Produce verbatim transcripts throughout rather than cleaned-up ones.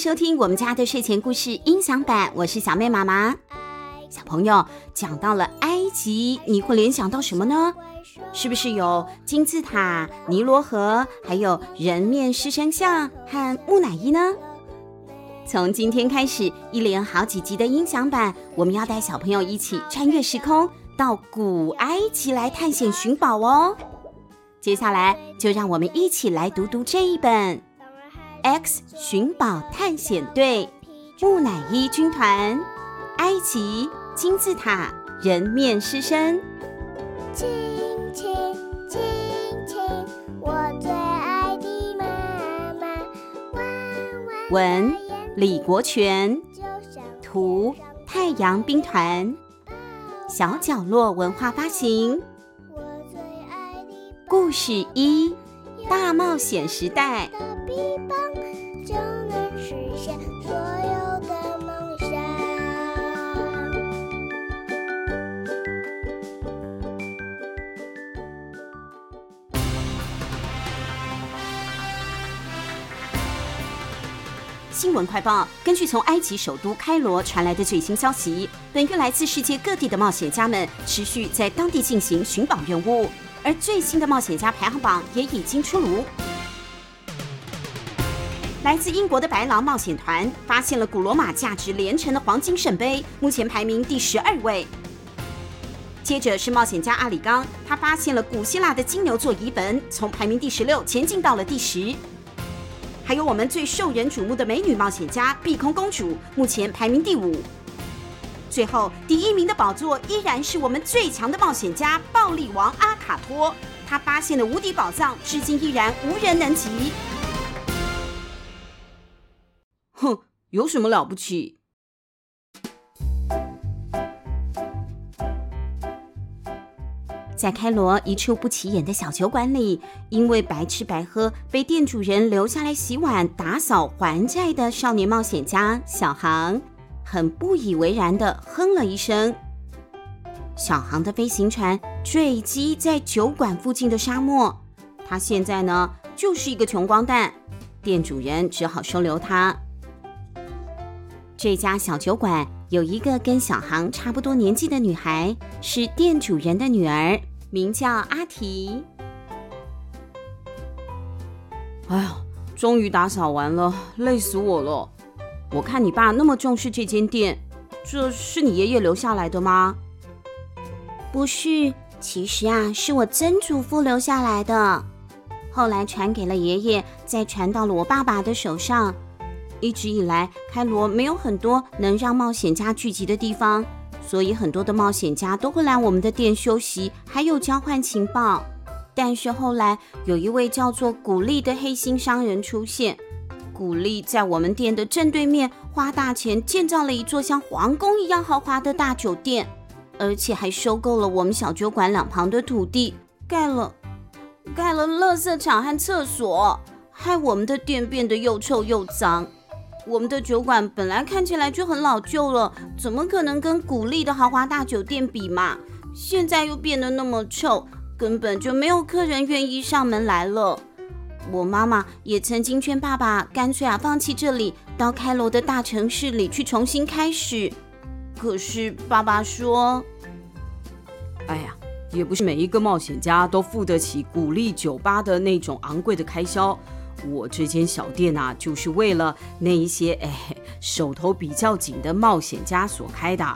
收听我们家的睡前故事音响版，我是小妹妈妈。小朋友，讲到了埃及，你会联想到什么呢？是不是有金字塔、尼罗河，还有人面狮身像和木乃伊呢？从今天开始，一连好几集的音响版，我们要带小朋友一起穿越时空，到古埃及来探险寻宝哦。接下来就让我们一起来读读这一本 X 寻宝探险队木乃伊军团埃及金字塔人面狮身。 亲亲亲亲，我最爱的妈妈。弯弯文李国权，图太阳兵团，小角落文化发行。故事一：大冒险时代。 臂膀就能实现所有的梦想。 新闻快报：根据从埃及首都开罗传来的最新消息，本月来自世界各地的冒险家们持续在当地进行寻宝任务，而最新的冒险家排行榜也已经出炉。来自英国的白狼冒险团发现了古罗马价值连城的黄金圣杯，目前排名第十二位。接着是冒险家阿里刚，他发现了古希腊的金牛座遗坟，从排名第十六前进到了第十。还有我们最受人瞩目的美女冒险家碧空公主，目前排名第五。最后第一名的宝座依然是我们最强的冒险家暴力王阿卡托，他发现的无敌宝藏至今依然无人能及。哼，有什么了不起？在开罗一处不起眼的小酒馆里，因为白吃白喝，被店主人留下来洗碗、打扫还债的少年冒险家小航，很不以为然地哼了一声。小航的飞行船坠机在酒馆附近的沙漠，他现在呢就是一个穷光蛋，店主人只好收留他。这家小酒馆有一个跟小航差不多年纪的女孩，是店主人的女儿，名叫阿提。哎呀，终于打扫完了，累死我了。我看你爸那么重视这间店，这是你爷爷留下来的吗？ 不是，其实啊，是我曾祖父留下来的，后来传给了爷爷，再传到了我爸爸的手上。一直以来，开罗没有很多能让冒险家聚集的地方，所以很多的冒险家都会来我们的店休息，还有交换情报。但是后来有一位叫做古丽的黑心商人出现，古丽在我们店的正对面花大钱建造了一座像皇宫一样豪华的大酒店，而且还收购了我们小酒馆两旁的土地，盖了盖了垃圾场和厕所，害我们的店变得又臭又脏。我们的酒馆本来看起来就很老旧了，怎么可能跟古丽的豪华大酒店比嘛？现在又变得那么臭，根本就没有客人愿意上门来了。我妈妈也曾经劝爸爸干脆啊放弃这里，到开罗的大城市里去重新开始。可是爸爸说， 哎呀，也不是每一个冒险家都付得起古丽酒吧的那种昂贵的开销。我这间小店啊，就是为了那一些哎手头比较紧的冒险家所开的。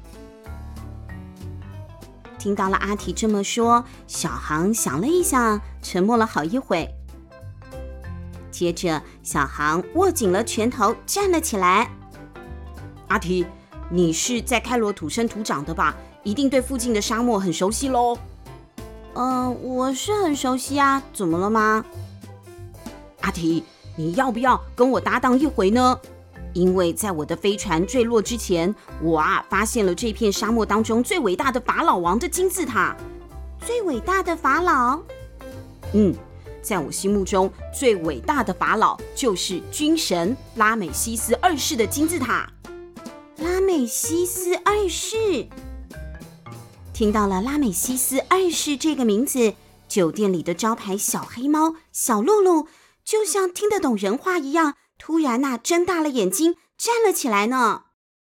听到了阿提这么说，小航想了一想，沉默了好一会。接着，小航握紧了拳头，站了起来。 阿提，你是在开罗土生土长的吧？一定对附近的沙漠很熟悉咯。 呃，我是很熟悉啊，怎么了吗？ 阿提，你要不要跟我搭档一回呢？因为在我的飞船坠落之前，我啊发现了这片沙漠当中最伟大的法老王的金字塔。 最伟大的法老？ 嗯，在我心目中最伟大的法老就是军神拉美西斯二世的金字塔。 拉美西斯二世？听到了拉美西斯二世这个名字，酒店里的招牌小黑猫小露露就像听得懂人话一样， 突然呐、啊，睁大了眼睛站了起来呢。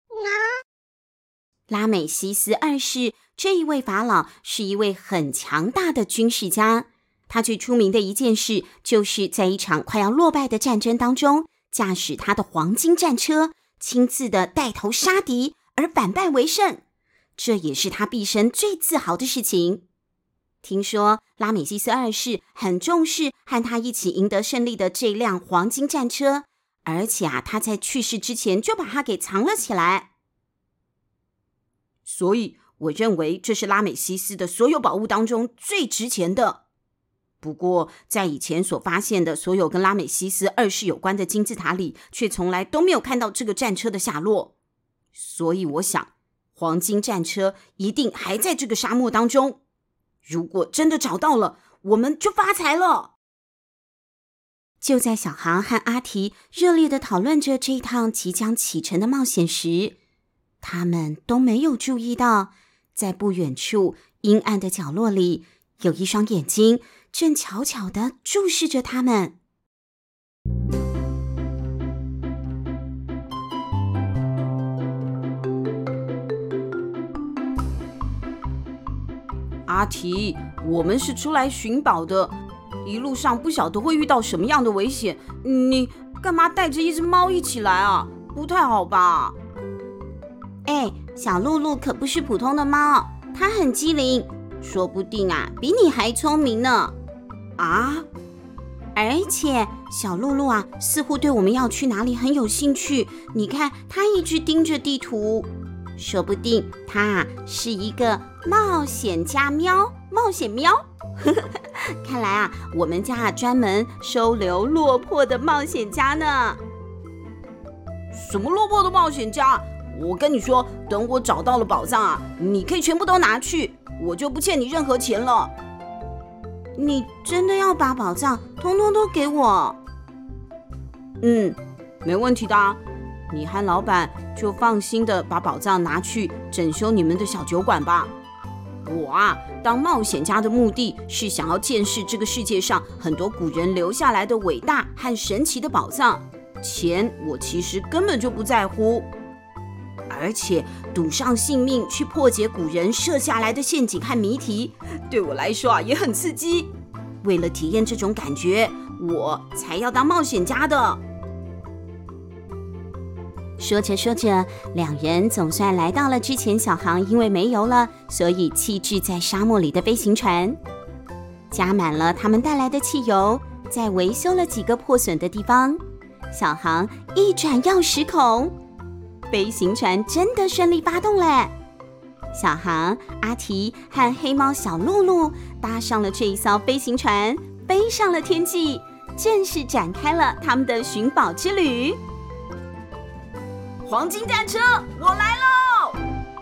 拉美西斯二世这一位法老是一位很强大的军事家，他最出名的一件事就是在一场快要落败的战争当中，驾驶他的黄金战车，亲自的带头杀敌而反败为胜，这也是他毕生最自豪的事情。听说拉美西斯二世很重视和他一起赢得胜利的这辆黄金战车，而且啊，他在去世之前就把它给藏了起来。 所以我认为这是拉美西斯的所有宝物当中最值钱的。不过在以前所发现的所有跟拉美西斯二世有关的金字塔里，却从来都没有看到这个战车的下落。所以我想，黄金战车一定还在这个沙漠当中。如果真的找到了，我们就发财了。 就在小航和阿提热烈地讨论着这一趟即将启程的冒险时，他们都没有注意到，在不远处阴暗的角落里，有一双眼睛正悄悄地注视着他们。 阿提，我们是出来寻宝的，一路上不晓得会遇到什么样的危险，你干嘛带着一只猫一起来啊？不太好吧？ 哎，小露露可不是普通的猫，它很机灵，说不定啊比你还聪明呢。 啊？ 而且小露露啊，似乎对我们要去哪里很有興趣。你看，它一直盯着地图，说不定它啊是一个冒险家喵，冒险喵。看来啊，我们家啊专门收留落魄的冒险家呢。 什么落魄的冒险家？我跟你说，等我找到了宝藏啊，你可以全部都拿去，我就不欠你任何钱了。 你真的要把宝藏通通都给我？ 嗯，没问题的啊。你和老板就放心的把宝藏拿去整修你们的小酒馆吧。我啊，当冒险家的目的是想要见识这个世界上很多古人留下来的伟大和神奇的宝藏，钱我其实根本就不在乎。而且赌上性命去破解古人设下来的陷阱和谜题，对我来说啊也很刺激。为了体验这种感觉，我才要当冒险家的。 说着说着，两人总算来到了之前小航因为没油了，所以弃置在沙漠里的飞行船。加满了他们带来的汽油，在维修了几个破损的地方，小航一转钥匙孔，飞行船真的顺利发动了。小航、阿提和黑猫小露露搭上了这一艘飞行船，飞上了天际，正式展开了他们的寻宝之旅。 黄金战车，我来喽！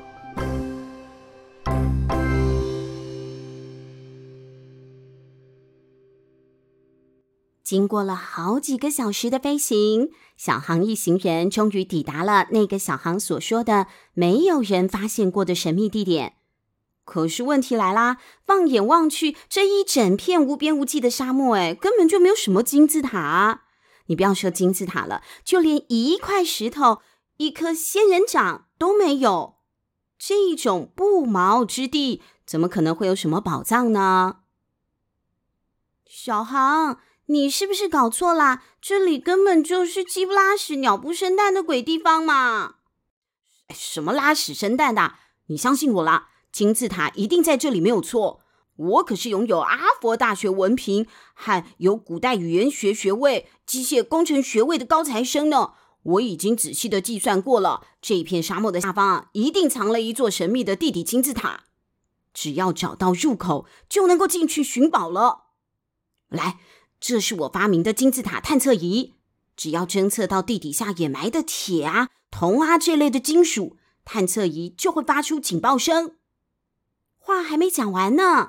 经过了好几个小时的飞行，小航一行人终于抵达了那个小航所说的没有人发现过的神秘地点。可是问题来啦，放眼望去，这一整片无边无际的沙漠，哎，根本就没有什么金字塔啊！你不要说金字塔了，就连一块石头、一颗仙人掌都没有。这种不毛之地，怎么可能会有什么宝藏呢？小航，你是不是搞错啦？这里根本就是鸡不拉屎鸟不生蛋的鬼地方嘛！ 什么拉屎生蛋的？你相信我啦，金字塔一定在这里没有错。我可是拥有哈佛大学文凭和有古代语言学学位、机械工程学位的高材生呢。我已经仔细的计算过了，这一片沙漠的下方啊，一定藏了一座神秘的地底金字塔。只要找到入口，就能够进去寻宝了。来，这是我发明的金字塔探测仪，只要侦测到地底下掩埋的铁啊、铜啊这类的金属，探测仪就会发出警报声。 话还没讲完呢，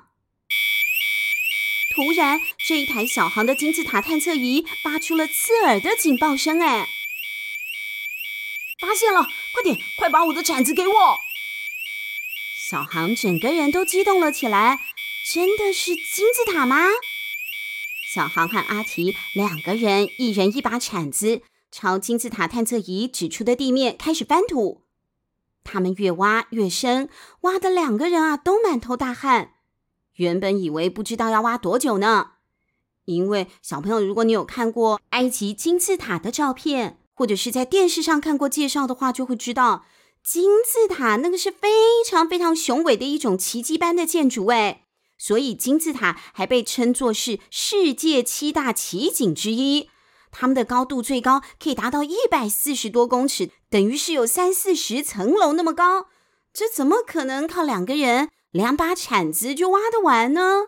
突然这一台小航的金字塔探测仪发出了刺耳的警报声，哎， 发现了，快点，快把我的铲子给我！ 小航整个人都激动了起来，真的是金字塔吗？小航和阿提两个人一人一把铲子， 朝金字塔探测仪指出的地面开始翻土。他们越挖越深，挖的两个人啊都满头大汗。原本以为不知道要挖多久呢，因为小朋友，如果你有看过埃及金字塔的照片，或者是在电视上看过介绍的话，就会知道金字塔那个是非常非常雄伟的一种奇迹般的建筑诶，所以金字塔还被称作是世界七大奇景之一。它们的高度最高可以达到一百四十多公尺，等于是有三四十层楼那么高。这怎么可能靠两个人两把铲子就挖得完呢？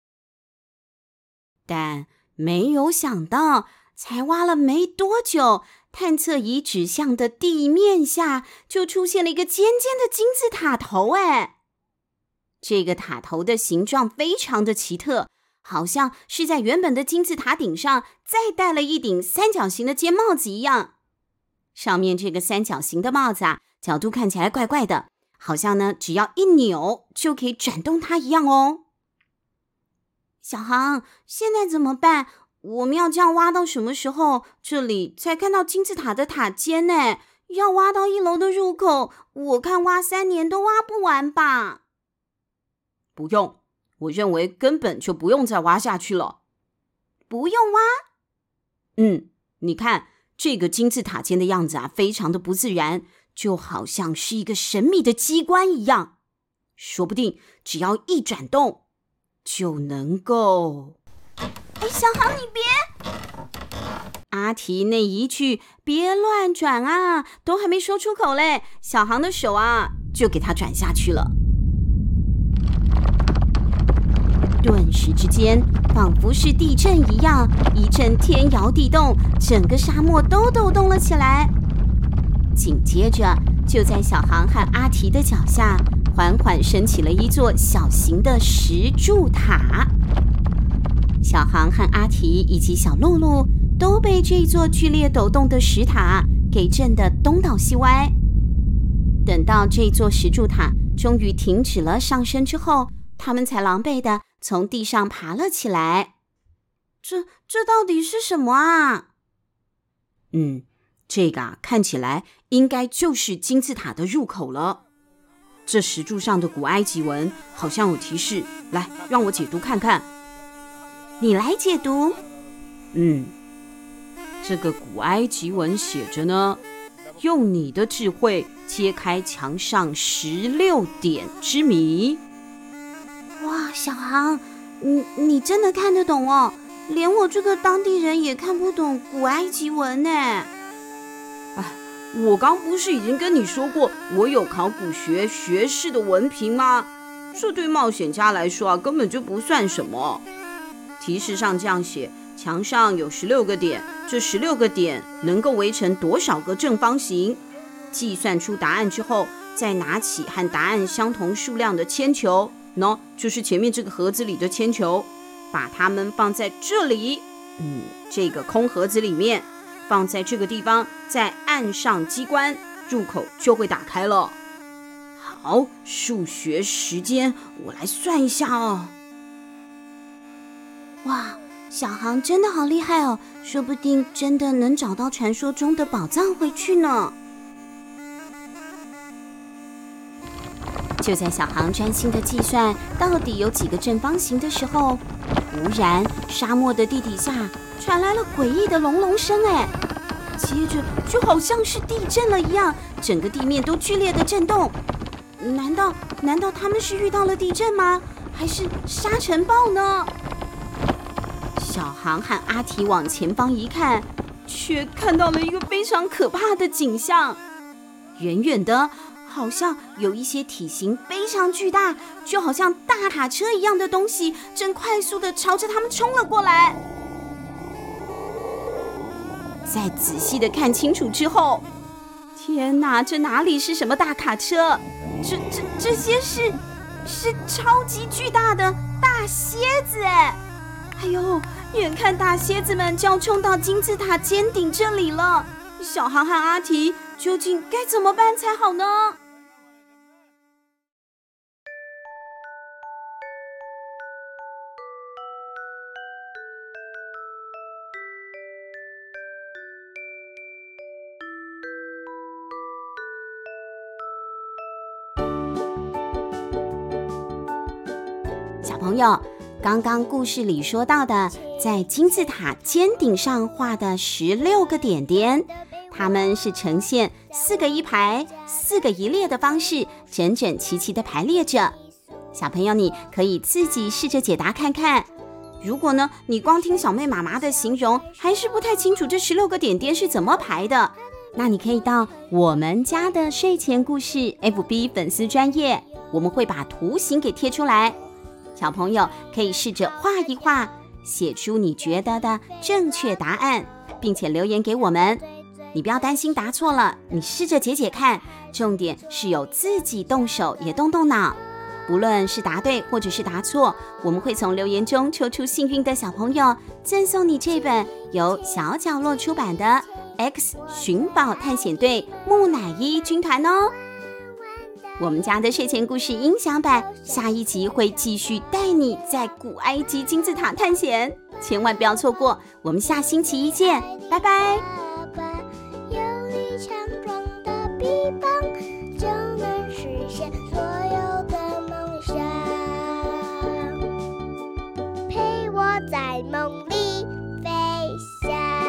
但没有想到，才挖了没多久，探测仪指向的地面下就出现了一个尖尖的金字塔头。哎，这个塔头的形状非常的奇特，好像是在原本的金字塔顶上再戴了一顶三角形的尖帽子一样。上面这个三角形的帽子啊，角度看起来怪怪的，好像呢只要一扭就可以转动它一样哦。小航，现在怎么办？我们要这样挖到什么时候？这里才看到金字塔的塔尖呢，要挖到一楼的入口，我看挖三年都挖不完吧。不用，我认为根本就不用再挖下去了。不用挖？嗯，你看这个金字塔尖的样子啊，非常的不自然，就好像是一个神秘的机关一样，说不定只要一转动就能够……哎，小航你别……阿提那一句别乱转啊，都还没说出口嘞，小航的手啊就给他转下去了。顿时之间，仿佛是地震一样，一阵天摇地动，整个沙漠都抖动了起来。紧接着，就在小航和阿提的脚下，缓缓升起了一座小型的石柱塔。小航和阿提以及小露露都被这座剧烈抖动的石塔给震得东倒西歪。等到这座石柱塔终于停止了上升之后，他们才狼狈地从地上爬了起来。这这到底是什么啊？嗯，这个啊，看起来应该就是金字塔的入口了。这石柱上的古埃及文好像有提示，来，让我解读看看。你来解读。嗯，这个古埃及文写着呢，用你的智慧揭开墙上十六点之谜。哇，小航，你你真的看得懂哦？连我这个当地人也看不懂古埃及文呢。哎，我刚不是已经跟你说过，我有考古学学士的文凭吗？这对冒险家来说啊，根本就不算什么。提示上这样写，墙上有十六个点，这十六个点能够围成多少个正方形？计算出答案之后，再拿起和答案相同数量的铅球，喏，就是前面这个盒子里的铅球，把它们放在这里，嗯，这个空盒子里面，放在这个地方，再按上机关，入口就会打开了。好，数学时间，我来算一下哦。哇，小航真的好厉害哦，说不定真的能找到传说中的宝藏回去呢。就在小航专心的计算到底有几个正方形的时候，忽然沙漠的地底下传来了诡异的隆隆声，哎，接着就好像是地震了一样，整个地面都剧烈的震动。难道难道他们是遇到了地震吗？还是沙尘暴呢？小航和阿提往前方一看，却看到了一个非常可怕的景象。远远的，好像有一些体型非常巨大，就好像大卡车一样的东西，正快速的朝着他们冲了过来。再仔细的看清楚之后，天哪，这哪里是什么大卡车？这这这些是是超级巨大的大蝎子哎！哎呦，眼看大蝎子们就要冲到金字塔尖顶这里了，小航和阿提究竟该怎么办才好呢？ 朋友，刚刚故事里说到的，在金字塔尖顶上画的十六个点点，它们是呈现四个一排、四个一列的方式，整整齐齐的排列着。小朋友，你可以自己试着解答看看。如果呢，你光听小妹妈妈的形容，还是不太清楚这十六个点点是怎么排的，那你可以到我们家的睡前故事 F B 粉丝专页，我们会把图形给贴出来。小朋友可以试着画一画，写出你觉得的正确答案，并且留言给我们。你不要担心答错了，你试着解解看，重点是有自己动手也动动脑。无论是答对或者是答错，我们会从留言中抽出幸运的小朋友，赠送你这本由小角落出版的《X 寻宝探险队木乃伊军团》哦。我们家的睡前故事音响版下一集会继续带你在古埃及金字塔探险，千万不要错过。我们下星期一见，拜拜。 有力强壮的臂膀，就能实现所有的梦想。陪我在梦里飞翔。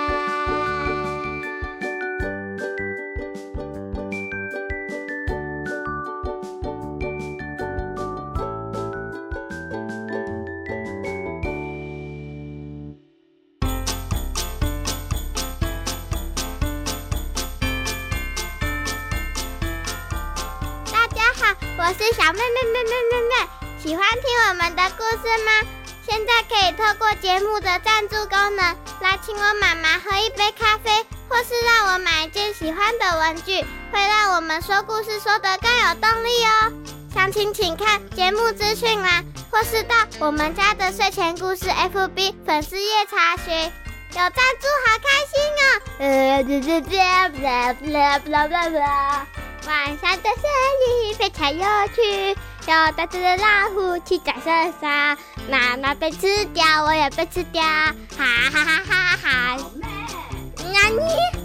我是小妹妹妹妹妹妹，喜欢听我们的故事吗？现在可以透过节目的赞助功能来请我妈妈喝一杯咖啡，或是让我买一件喜欢的文具，会让我们说故事说得更有动力哦。详情请看节目资讯栏，或是到我们家的睡前故事 F B 粉丝页查询。有赞助好开心哦！呃，blah blah blah blah blah blah blah。晚上的森林非常有趣，有大只的老虎骑在身上，妈妈被吃掉，我也被吃掉，哈哈哈哈哈！那你？